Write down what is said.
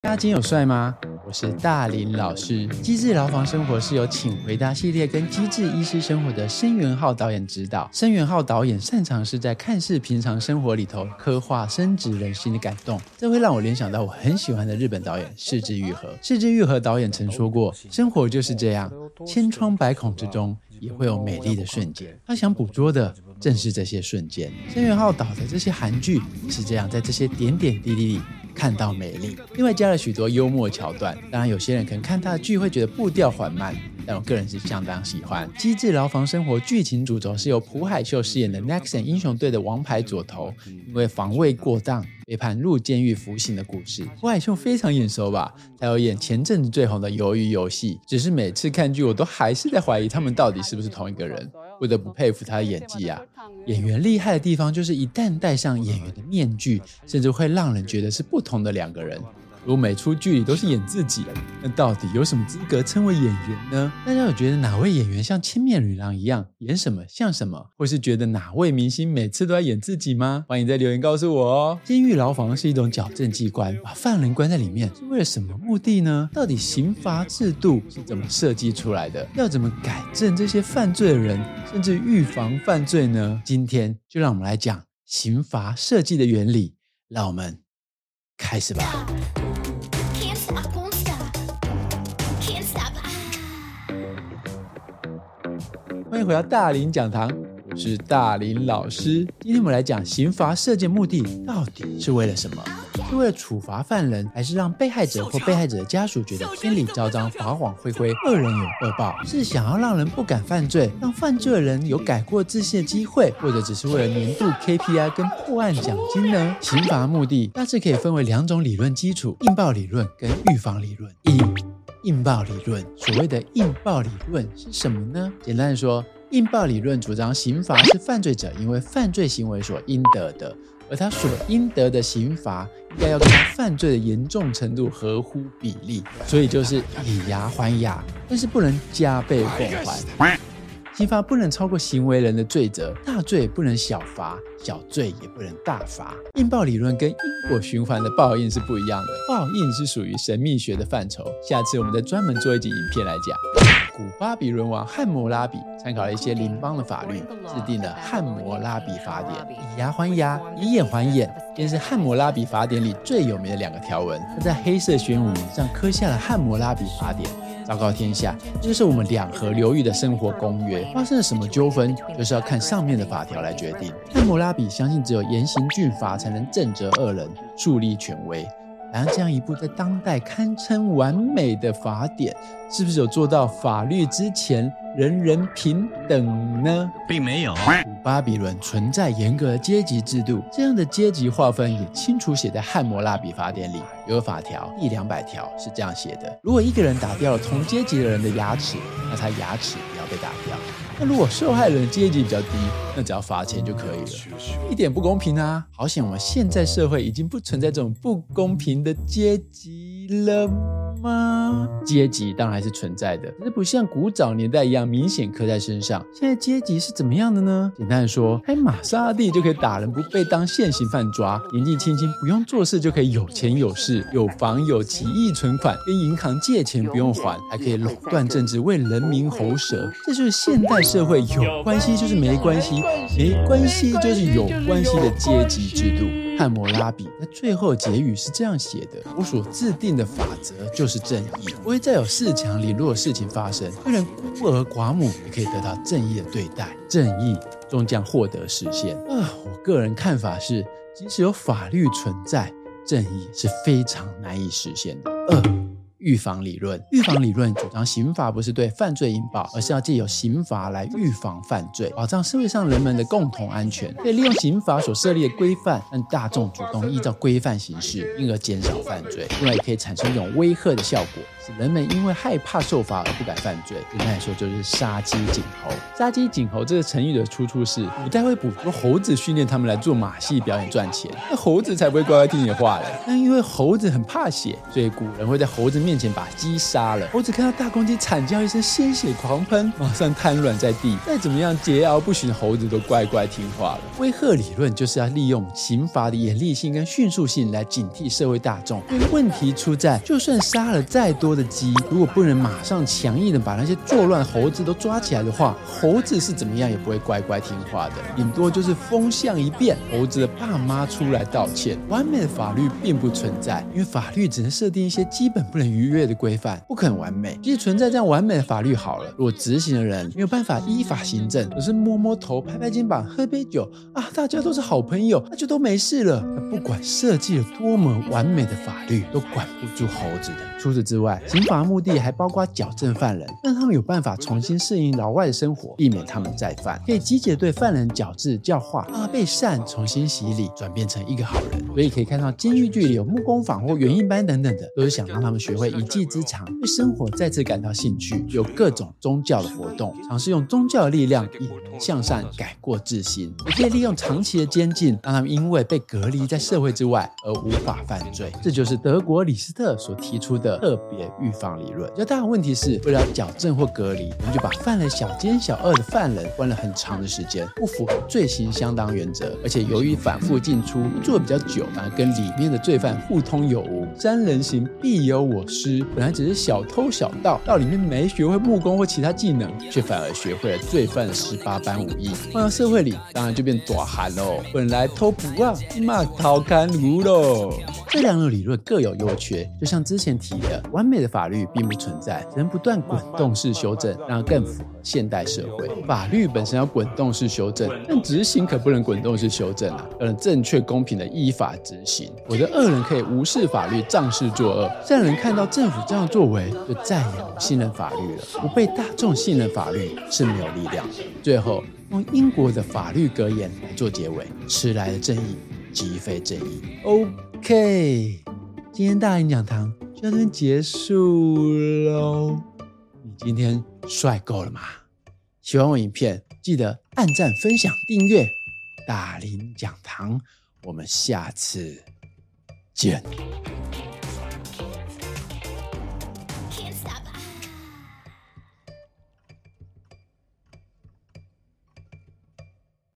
大家今天有帅吗？我是大林老师。机智牢房生活是由请回答系列跟机智医师生活的申元浩导演指导。申元浩导演擅长是在看似平常生活里头刻画深植人心的感动，这会让我联想到我很喜欢的日本导演是枝裕和。是枝裕和导演曾说过，生活就是这样，千疮百孔之中也会有美丽的瞬间，他想捕捉的正是这些瞬间。申元浩导的这些韩剧也是这样，在这些点点滴滴里看到美丽，另外加了许多幽默桥段。当然有些人可能看他的剧会觉得步调缓慢，但我个人是相当喜欢。机智牢房生活剧情主轴是由朴海秀饰演的 Nexon 英雄队的王牌左投，因为防卫过当被判入监狱服刑的故事。朴海秀非常眼熟吧，他有演前阵子最红的鱿鱼游戏，只是每次看剧我都还是在怀疑他们到底是不是同一个人，不得不佩服他的演技啊。演员厉害的地方就是一旦戴上演员的面具，甚至会让人觉得是不同的两个人。如果每出剧里都是演自己，那到底有什么资格称为演员呢？大家有觉得哪位演员像千面女郎一样演什么像什么，或是觉得哪位明星每次都在演自己吗？欢迎在留言告诉我哦。监狱牢房是一种矫正机关，把犯人关在里面是为了什么目的呢？到底刑罚制度是怎么设计出来的？要怎么改正这些犯罪的人，甚至预防犯罪呢？今天就让我们来讲刑罚设计的原理，让我们开始吧。欢迎回到大林讲堂，我是大林老师。今天我们来讲刑罚设计目的到底是为了什么？是为了处罚犯人，还是让被害者或被害者的家属觉得天理昭彰，法网恢恢，恶人有恶报？是想要让人不敢犯罪，让犯罪的人有改过自新的机会，或者只是为了年度 KPI 跟破案奖金呢？刑罚目的大致可以分为两种理论基础：应报理论跟预防理论。应报理论，所谓的应报理论是什么呢？简单的说，应报理论主张刑罚是犯罪者因为犯罪行为所应得的，而他所应得的刑罚应该要跟他犯罪的严重程度合乎比例，所以就是以牙还牙，但是不能加倍奉还。刑罚不能超过行为人的罪责，大罪不能小罚，小罪也不能大罚。应报理论跟因果循环的报应是不一样的，报应是属于神秘学的范畴，下次我们再专门做一集影片来讲。古巴比伦王汉谟拉比参考了一些邻邦的法律，制定了汉谟拉比法典，以牙还牙，以眼还眼，便是汉谟拉比法典里最有名的两个条文。他在黑色玄武岩上刻下了汉谟拉比法典，昭告天下，这就是我们两河流域的生活公约。发生了什么纠纷，就是要看上面的法条来决定。汉谟拉比相信只有严刑峻法才能正则恶人，树立权威。然而这样一部在当代堪称完美的法典，是不是有做到法律之前人人平等呢？ 并没有。 古巴比伦存在严格的阶级制度，这样的阶级划分也清楚写在汉谟拉比法典里。有个法条第200条是这样写的：如果一个人打掉了同阶级的人的牙齿，那他牙齿也要被打掉。那如果受害人的阶级比较低，那只要罚钱就可以了，一点不公平啊！好险我们现在社会已经不存在这种不公平的阶级了吗？阶级当然还是存在的，但是不像古早年代一样明显刻在身上。现在阶级是怎么样的呢？简单的说，开玛莎拉蒂就可以打人不被当现行犯抓，年纪轻轻不用做事就可以有钱有势，有房有几亿存款，跟银行借钱不用还，还可以垄断政治，为人民喉舌。这就是现代社会有关系就是没关系，没关系就是有关系的阶级制度。汉谟拉比在最后结语是这样写的：我所制定的法则就是正义，不会再有恃强凌弱的事情发生，虽然孤儿寡母也可以得到正义的对待，正义终将获得实现。我个人看法是，即使有法律存在，正义是非常难以实现的。预防理论，预防理论主张刑罚不是对犯罪引爆，而是要借由刑罚来预防犯罪，保障社会上人们的共同安全。可以利用刑罚所设立的规范，让大众主动依照规范行事，因而减少犯罪。另外也可以产生一种威吓的效果， 是人们因为害怕受罚而不敢犯罪。简单来说就是杀鸡儆猴。杀鸡儆猴这个成语的出处是古代会捕捉猴子，训练他们来做马戏表演赚钱，那猴子才不会乖乖听你的话嘞。但因为猴子很怕血，所以古人会在猴子面前把鸡杀了。猴子看到大公鸡惨叫一声，鲜血狂喷，马上瘫软在地。再怎么样桀骜不驯的猴子都乖乖听话了。威吓理论就是要利用刑罚的严厉性跟迅速性来警惕社会大众。因为问题出在，就算杀了再多的鸡，如果不能马上强硬的把那些作乱猴子都抓起来的话，猴子是怎么样也不会乖乖听话的，顶多就是风向一变，猴子的爸妈出来道歉。完美的法律并不存在，因为法律只能设定一些基本不能逾越的规范，不可能完美。即使存在这样完美的法律好了，如果执行的人没有办法依法行政，只是摸摸头拍拍肩膀喝杯酒啊，大家都是好朋友，那就都没事了。不管设计了多么完美的法律，都管不住猴子的。除此之外，刑罚目的还包括矫正犯人，让他们有办法重新适应老外的生活，避免他们再犯，可以积极对犯人矫治教化，让他被善重新洗礼，转变成一个好人。所以可以看到监狱剧里有木工坊或园艺班等等的，都是想让他们学会一技之长，对生活再次感到兴趣。有各种宗教的活动，尝试用宗教的力量引人向善，改过自新。也可以利用长期的监禁，让他们因为被隔离在社会之外而无法犯罪。这就是德国李斯特所提出的特别预防理论。比较大的问题是，为了矫正或隔离，我们就把犯了小奸小恶的犯人关了很长的时间，不符合罪刑相当原则。而且由于反复进出，做得比较久，反而跟里面的罪犯互通有无。三人行必有我师，本来只是小偷小盗，到里面没学会木工或其他技能，却反而学会了罪犯的18般武艺。换到社会里，当然就变大汉喽。本来偷不啊，嘛逃干如喽。这两种理论各有优缺，就像之前提的，完美的法律并不存在，只能不断滚动式修正，让它更符合现代社会。法律本身要滚动式修正，但执行可不能滚动式修正啊，要能正确公平的依法执行。否则恶人可以无视法律，仗势作恶，善人看到政府这样作为，就再也不信任法律了。不被大众信任法律是没有力量的。最后用英国的法律格言来做结尾：迟来的正义即非正义。OK， 今天大林讲堂就到这边结束喽。你今天帅够了吗？喜欢我影片记得按赞、分享、订阅大林讲堂，我们下次见。Can't stop